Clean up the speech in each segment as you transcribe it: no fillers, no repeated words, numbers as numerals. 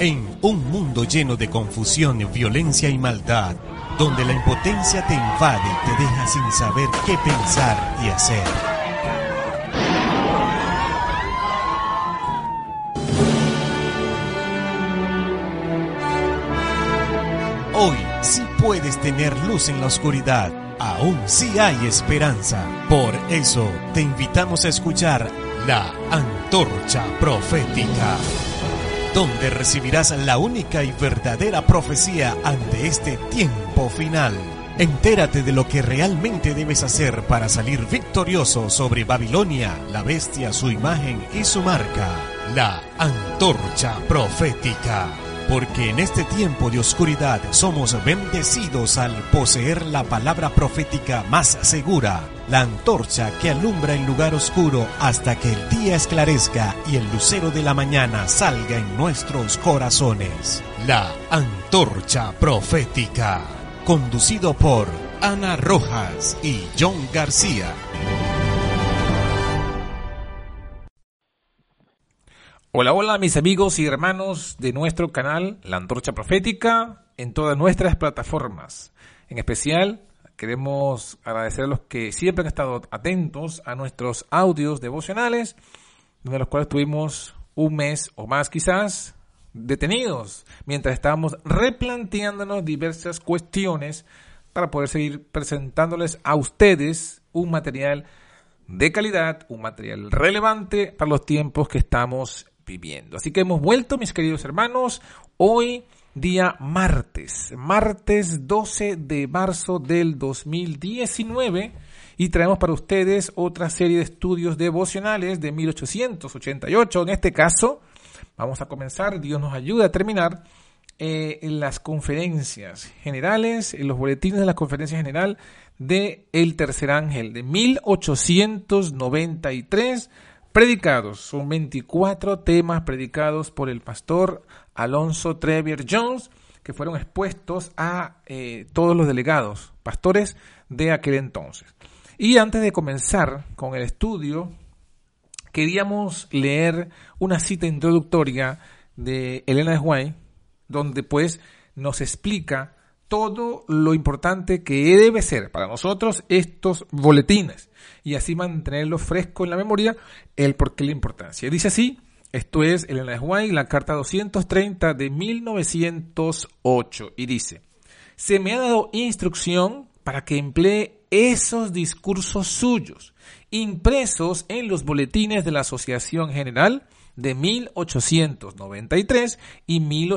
En un mundo lleno de confusión, violencia y maldad, donde la impotencia te invade y te deja sin saber qué pensar y hacer. Hoy sí puedes tener luz en la oscuridad. Aún sí hay esperanza. Por eso te invitamos a escuchar La Antorcha Profética, donde recibirás la única y verdadera profecía ante este tiempo final. Entérate de lo que realmente debes hacer para salir victorioso sobre Babilonia, la bestia, su imagen y su marca. La Antorcha Profética. Porque en este tiempo de oscuridad somos bendecidos al poseer la palabra profética más segura, la antorcha que alumbra el lugar oscuro hasta que el día esclarezca y el lucero de la mañana salga en nuestros corazones. La Antorcha Profética, conducido por Ana Rojas y John García. Hola, hola mis amigos y hermanos de nuestro canal La Antorcha Profética en todas nuestras plataformas. En especial queremos agradecer a los que siempre han estado atentos a nuestros audios devocionales, de los cuales tuvimos un mes o más quizás detenidos mientras estábamos replanteándonos diversas cuestiones para poder seguir presentándoles a ustedes un material de calidad, un material relevante para los tiempos que estamos viviendo. Así que hemos vuelto, mis queridos hermanos, hoy día martes 12 de marzo del 2019, y traemos para ustedes otra serie de estudios devocionales de 1888. En este caso, vamos a comenzar, Dios nos ayuda a terminar, en las conferencias generales, en los boletines de la conferencia general de El Tercer Ángel de 1893, predicados. Son 24 temas predicados por el pastor Alonzo Trevier Jones, que fueron expuestos a todos los delegados, pastores de aquel entonces. Y antes de comenzar con el estudio, queríamos leer una cita introductoria de Elena de White, donde pues nos explica todo lo importante que debe ser para nosotros estos boletines y así mantenerlo fresco en la memoria, el porqué, la importancia. Dice así, esto es Elena de White, la carta 230 de 1908, y dice: se me ha dado instrucción para que emplee esos discursos suyos, impresos en los boletines de la Asociación General de 1893 y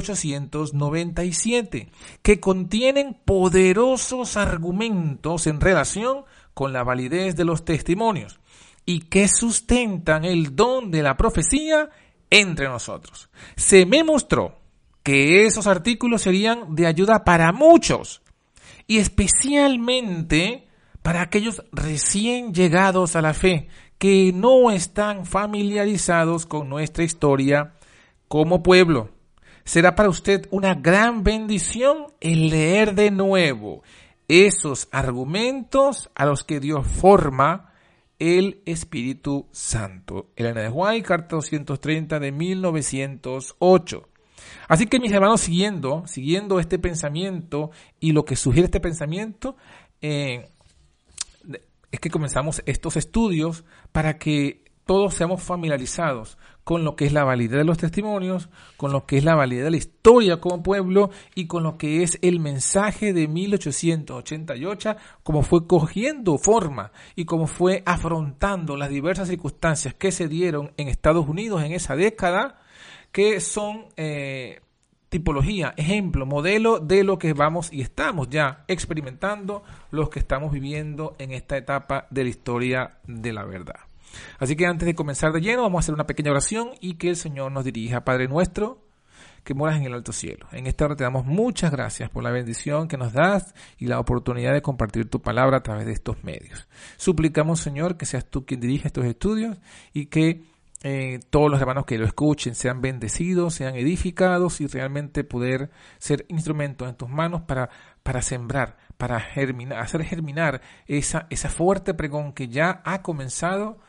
1897, que contienen poderosos argumentos en relación con la validez de los testimonios y que sustentan el don de la profecía entre nosotros. Se me mostró que esos artículos serían de ayuda para muchos, y especialmente para aquellos recién llegados a la fe, que no están familiarizados con nuestra historia como pueblo. Será para usted una gran bendición el leer de nuevo esos argumentos a los que dio forma el Espíritu Santo. Elena de White, carta 230 de 1908. Así que mis hermanos, siguiendo este pensamiento y lo que sugiere este pensamiento, es que comenzamos estos estudios para que todos seamos familiarizados con lo que es la validez de los testimonios, con lo que es la validez de la historia como pueblo y con lo que es el mensaje de 1888, cómo fue cogiendo forma y cómo fue afrontando las diversas circunstancias que se dieron en Estados Unidos en esa década, que son tipología, ejemplo, modelo de lo que vamos y estamos ya experimentando los que estamos viviendo en esta etapa de la historia de la verdad. Así que antes de comenzar de lleno, vamos a hacer una pequeña oración y que el Señor nos dirija. Padre nuestro, que moras en el alto cielo, en esta hora te damos muchas gracias por la bendición que nos das y la oportunidad de compartir tu palabra a través de estos medios. Suplicamos, Señor, que seas tú quien dirige estos estudios y que todos los hermanos que lo escuchen sean bendecidos, sean edificados y realmente poder ser instrumentos en tus manos para sembrar, para germinar, hacer germinar esa fuerte pregón que ya ha comenzado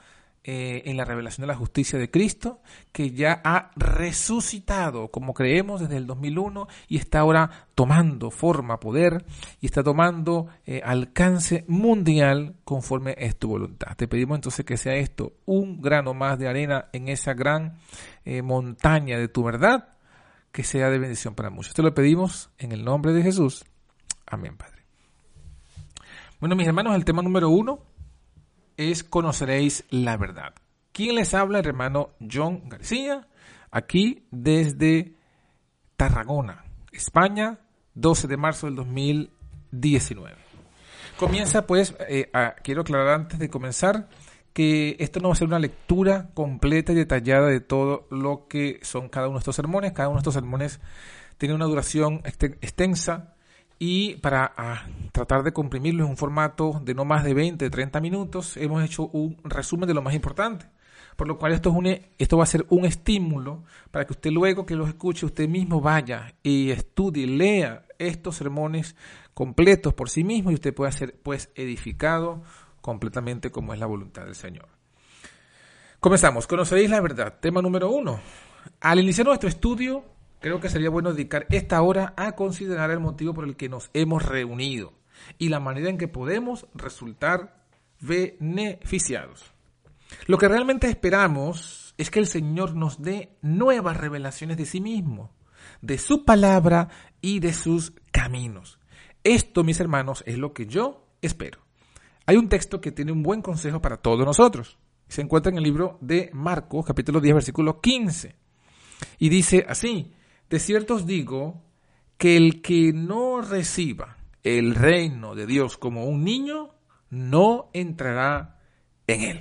en la revelación de la justicia de Cristo, que ya ha resucitado, como creemos, desde el 2001 y está ahora tomando forma, poder, y está tomando alcance mundial conforme es tu voluntad. Te pedimos entonces que sea esto un grano más de arena en esa gran montaña de tu verdad, que sea de bendición para muchos. Te lo pedimos en el nombre de Jesús. Amén, Padre. Bueno, mis hermanos, el tema número 1 es conoceréis la verdad. ¿Quién les habla? El hermano John García, aquí desde Tarragona, España, 12 de marzo del 2019. Comienza pues, quiero aclarar antes de comenzar que esto no va a ser una lectura completa y detallada de todo lo que son cada uno de estos sermones. Cada uno de estos sermones tiene una duración extensa, y para tratar de comprimirlo en un formato de no más de 20, 30 minutos, hemos hecho un resumen de lo más importante. Por lo cual esto va a ser un estímulo para que usted luego que los escuche, usted mismo vaya y estudie, lea estos sermones completos por sí mismo, y usted pueda ser pues edificado completamente como es la voluntad del Señor. Comenzamos. Conoceréis la verdad. Tema número 1. Al iniciar nuestro estudio, creo que sería bueno dedicar esta hora a considerar el motivo por el que nos hemos reunido y la manera en que podemos resultar beneficiados. Lo que realmente esperamos es que el Señor nos dé nuevas revelaciones de sí mismo, de su palabra y de sus caminos. Esto, mis hermanos, es lo que yo espero. Hay un texto que tiene un buen consejo para todos nosotros. Se encuentra en el libro de Marcos, capítulo 10, versículo 15. Y dice así: de cierto os digo que el que no reciba el reino de Dios como un niño, no entrará en él.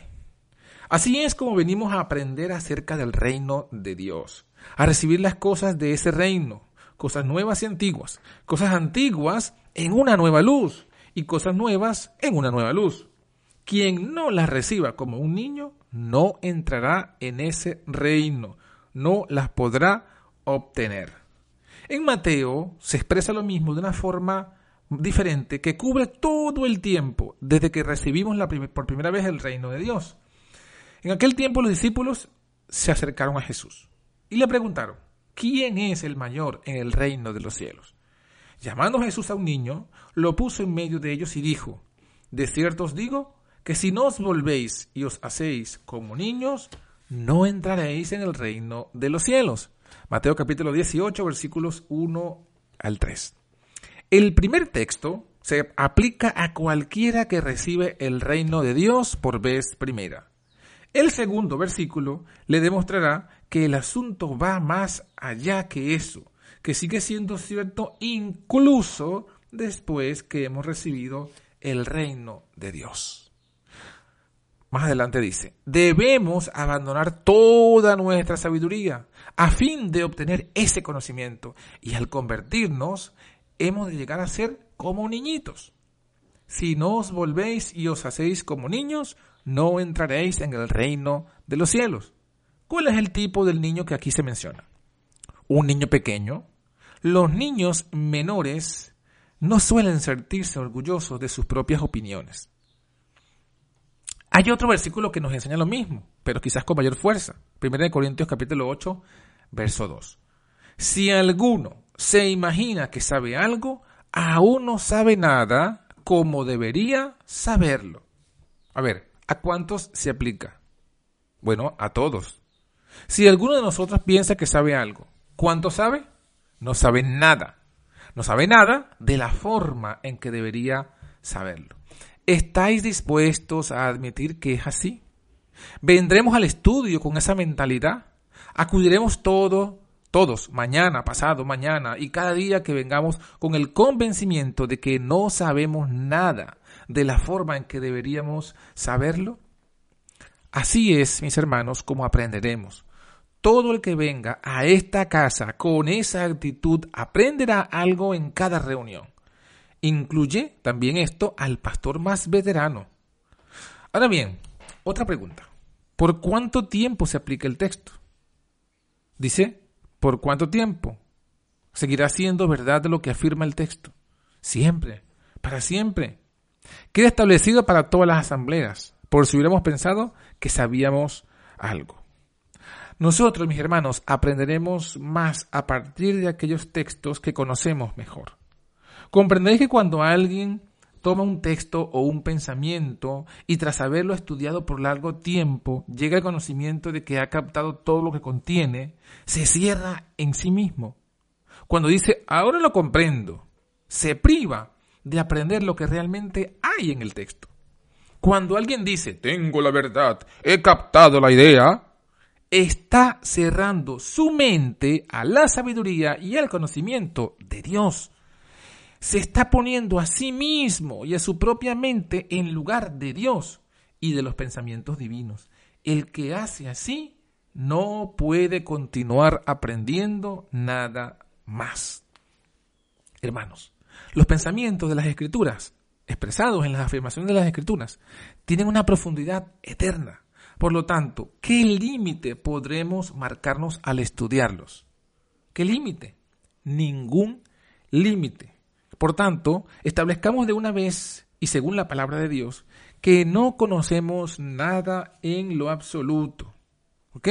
Así es como venimos a aprender acerca del reino de Dios, a recibir las cosas de ese reino, cosas nuevas y antiguas, cosas antiguas en una nueva luz y cosas nuevas en una nueva luz. Quien no las reciba como un niño, no entrará en ese reino, no las podrá obtener. En Mateo se expresa lo mismo de una forma diferente que cubre todo el tiempo desde que recibimos por primera vez el reino de Dios. En aquel tiempo los discípulos se acercaron a Jesús y le preguntaron: ¿quién es el mayor en el reino de los cielos? Llamando Jesús a un niño, lo puso en medio de ellos y dijo: de cierto os digo que si no os volvéis y os hacéis como niños, no entraréis en el reino de los cielos. Mateo capítulo 18, versículos 1 al 3. El primer texto se aplica a cualquiera que recibe el reino de Dios por vez primera. El segundo versículo le demostrará que el asunto va más allá que eso, que sigue siendo cierto incluso después que hemos recibido el reino de Dios. Más adelante dice: debemos abandonar toda nuestra sabiduría a fin de obtener ese conocimiento, y al convertirnos hemos de llegar a ser como niñitos. Si no os volvéis y os hacéis como niños, no entraréis en el reino de los cielos. ¿Cuál es el tipo del niño que aquí se menciona? Un niño pequeño. Los niños menores no suelen sentirse orgullosos de sus propias opiniones. Hay otro versículo que nos enseña lo mismo, pero quizás con mayor fuerza. 1 Corintios capítulo 8, verso 2. Si alguno se imagina que sabe algo, aún no sabe nada como debería saberlo. A ver, ¿a cuántos se aplica? Bueno, a todos. Si alguno de nosotros piensa que sabe algo, ¿cuánto sabe? No sabe nada. No sabe nada de la forma en que debería saberlo. ¿Estáis dispuestos a admitir que es así? ¿Vendremos al estudio con esa mentalidad? ¿Acudiremos todos, mañana, pasado mañana y cada día que vengamos con el convencimiento de que no sabemos nada de la forma en que deberíamos saberlo? Así es, mis hermanos, como aprenderemos. Todo el que venga a esta casa con esa actitud aprenderá algo en cada reunión. Incluye también esto al pastor más veterano. Ahora bien, otra pregunta. ¿Por cuánto tiempo se aplica el texto? Dice, ¿por cuánto tiempo? ¿Seguirá siendo verdad lo que afirma el texto? Siempre, para siempre. Queda establecido para todas las asambleas, por si hubiéramos pensado que sabíamos algo. Nosotros, mis hermanos, aprenderemos más a partir de aquellos textos que conocemos mejor. Comprendéis que cuando alguien toma un texto o un pensamiento y tras haberlo estudiado por largo tiempo llega al conocimiento de que ha captado todo lo que contiene, se cierra en sí mismo. Cuando dice, ahora lo comprendo, se priva de aprender lo que realmente hay en el texto. Cuando alguien dice, tengo la verdad, he captado la idea, está cerrando su mente a la sabiduría y al conocimiento de Dios. Se está poniendo a sí mismo y a su propia mente en lugar de Dios y de los pensamientos divinos. El que hace así no puede continuar aprendiendo nada más. Hermanos, los pensamientos de las Escrituras, expresados en las afirmaciones de las Escrituras, tienen una profundidad eterna. Por lo tanto, ¿qué límite podremos marcarnos al estudiarlos? ¿Qué límite? Ningún límite. Por tanto, establezcamos de una vez, y según la palabra de Dios, que no conocemos nada en lo absoluto. ¿Ok?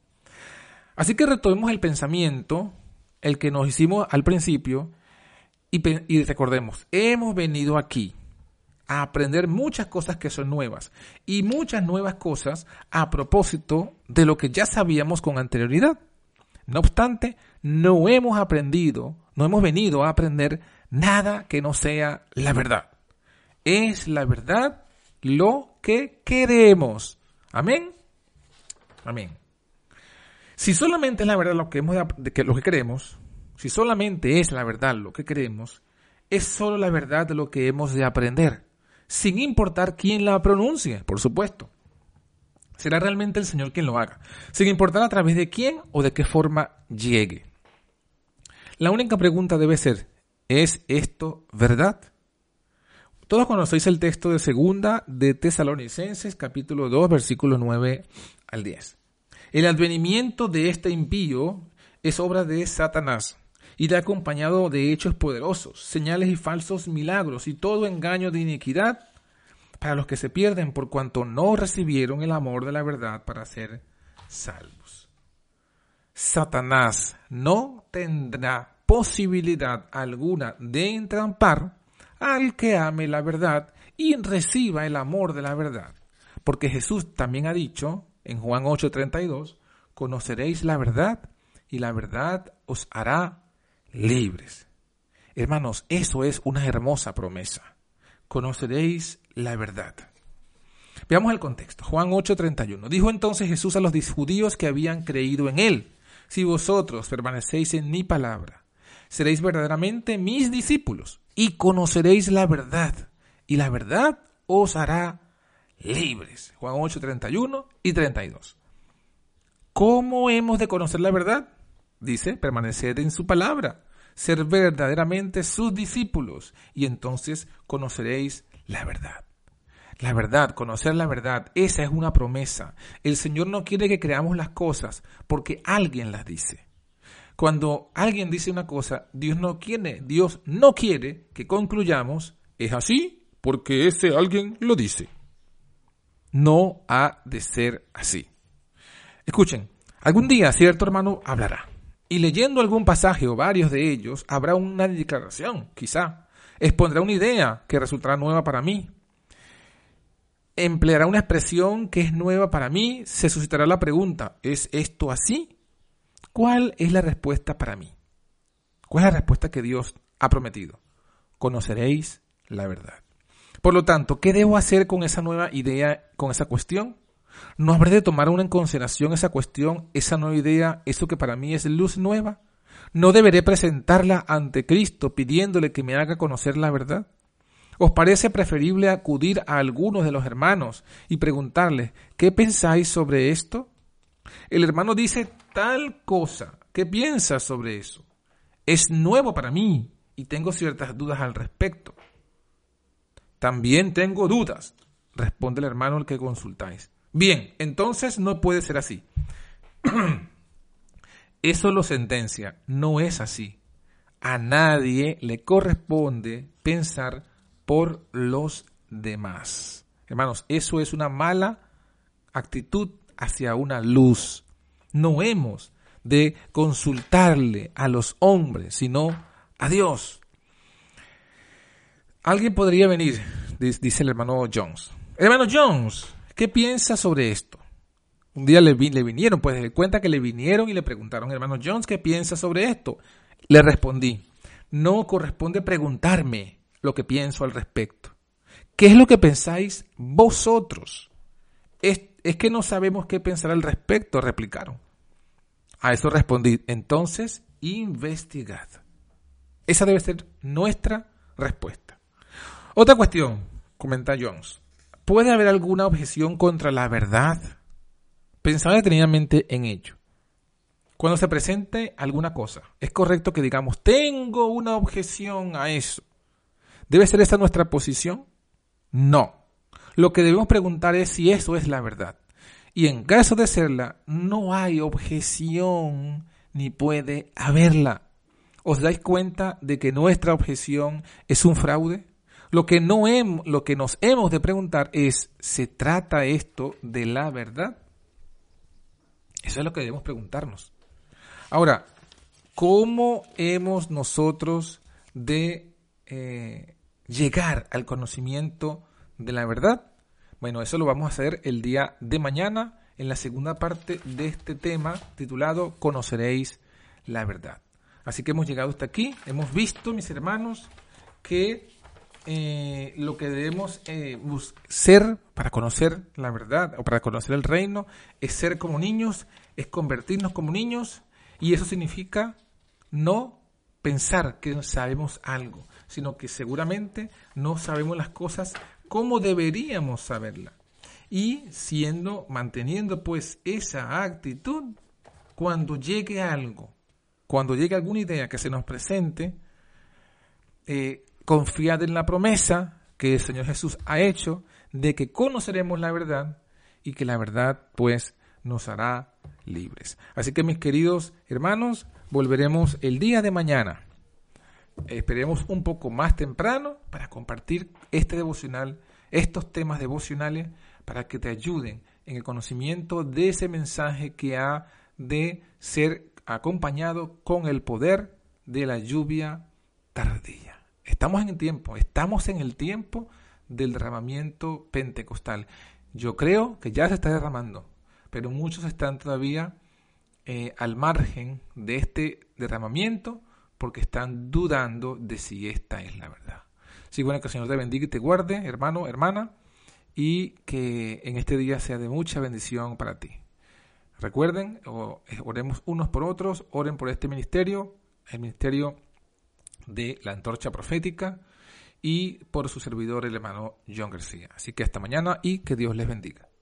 Así que retomemos el pensamiento, el que nos hicimos al principio, y recordemos, hemos venido aquí a aprender muchas cosas que son nuevas, y muchas nuevas cosas a propósito de lo que ya sabíamos con anterioridad. No obstante, no hemos venido a aprender nada que no sea la verdad. Es la verdad lo que queremos. Amén. Amén. Si solamente es la verdad lo que queremos, si solamente es la verdad lo que queremos, es solo la verdad lo que hemos de aprender, sin importar quién la pronuncie, por supuesto. Será realmente el Señor quien lo haga, sin importar a través de quién o de qué forma llegue. La única pregunta debe ser, ¿es esto verdad? Todos conocéis el texto de 2 de Tesalonicenses, capítulo 2, versículos 9 al 10. El advenimiento de este impío es obra de Satanás, y irá acompañado de hechos poderosos, señales y falsos milagros, y todo engaño de iniquidad para los que se pierden por cuanto no recibieron el amor de la verdad para ser salvos. Satanás no tendrá posibilidad alguna de entrampar al que ame la verdad y reciba el amor de la verdad, porque Jesús también ha dicho en Juan 8:32, conoceréis la verdad y la verdad os hará libres. Hermanos, eso es una hermosa promesa. Conoceréis la verdad. Veamos el contexto. Juan 8:31. Dijo entonces Jesús a los judíos que habían creído en él, si vosotros permanecéis en mi palabra, seréis verdaderamente mis discípulos y conoceréis la verdad, y la verdad os hará libres. Juan 8:31 y 32. ¿Cómo hemos de conocer la verdad? Dice, permaneced en su palabra, ser verdaderamente sus discípulos, y entonces conoceréis la verdad. La verdad, conocer la verdad, esa es una promesa. El Señor no quiere que creamos las cosas porque alguien las dice. Cuando alguien dice una cosa, Dios no quiere que concluyamos, es así porque ese alguien lo dice. No ha de ser así. Escuchen, algún día cierto hermano hablará, y leyendo algún pasaje o varios de ellos, habrá una declaración, quizá, expondrá una idea que resultará nueva para mí, empleará una expresión que es nueva para mí, se suscitará la pregunta, ¿es esto así? ¿Cuál es la respuesta para mí? ¿Cuál es la respuesta que Dios ha prometido? Conoceréis la verdad. Por lo tanto, ¿qué debo hacer con esa nueva idea, con esa cuestión? ¿No habré de tomar en consideración esa cuestión, esa nueva idea, eso que para mí es luz nueva? ¿No deberé presentarla ante Cristo pidiéndole que me haga conocer la verdad? ¿Os parece preferible acudir a algunos de los hermanos y preguntarles, ¿qué pensáis sobre esto? El hermano dice tal cosa, ¿qué piensas sobre eso? Es nuevo para mí y tengo ciertas dudas al respecto. También tengo dudas, responde el hermano al que consultáis. Bien, entonces no puede ser así. Eso lo sentencia, no es así. A nadie le corresponde pensar por los demás. Hermanos, eso es una mala actitud hacia una luz. No hemos de consultarle a los hombres, sino a Dios. Alguien podría venir, dice el hermano Jones. Hermano Jones, ¿qué piensa sobre esto? Un día le vinieron, pues le cuenta que le vinieron y le preguntaron, hermano Jones, ¿qué piensa sobre esto? Le respondí, no corresponde preguntarme lo que pienso al respecto. ¿Qué es lo que pensáis vosotros? Es que no sabemos qué pensar al respecto, replicaron. A eso respondí, entonces investigad. Esa debe ser nuestra respuesta. Otra cuestión, comenta Jones. ¿Puede haber alguna objeción contra la verdad? Pensaba detenidamente en ello. Cuando se presente alguna cosa, es correcto que digamos, tengo una objeción a eso. ¿Debe ser esa nuestra posición? No. Lo que debemos preguntar es si eso es la verdad. Y en caso de serla, no hay objeción ni puede haberla. ¿Os dais cuenta de que nuestra objeción es un fraude? Lo que nos hemos de preguntar es, ¿se trata esto de la verdad? Eso es lo que debemos preguntarnos. Ahora, ¿cómo hemos nosotros de llegar al conocimiento de la verdad? Bueno, eso lo vamos a hacer el día de mañana en la segunda parte de este tema titulado Conoceréis la verdad. Así que hemos llegado hasta aquí. Hemos visto, mis hermanos, que lo que debemos ser para conocer la verdad o para conocer el reino es ser como niños, es convertirnos como niños, y eso significa no pensar que sabemos algo, sino que seguramente no sabemos las cosas como deberíamos saberlas. Y manteniendo pues esa actitud, cuando llegue algo, cuando llegue alguna idea que se nos presente, confiad en la promesa que el Señor Jesús ha hecho de que conoceremos la verdad y que la verdad pues nos hará libres. Así que, mis queridos hermanos, volveremos el día de mañana. Esperemos un poco más temprano para compartir este devocional, estos temas devocionales, para que te ayuden en el conocimiento de ese mensaje que ha de ser acompañado con el poder de la lluvia tardía. Estamos en el tiempo del derramamiento pentecostal. Yo creo que ya se está derramando, pero muchos están todavía al margen de este derramamiento porque están dudando de si esta es la verdad. Sí, bueno, que el Señor te bendiga y te guarde, hermano, hermana, y que en este día sea de mucha bendición para ti. Recuerden, oremos unos por otros, oren por este ministerio, el ministerio de la Antorcha Profética, y por su servidor, el hermano John García. Así que hasta mañana y que Dios les bendiga.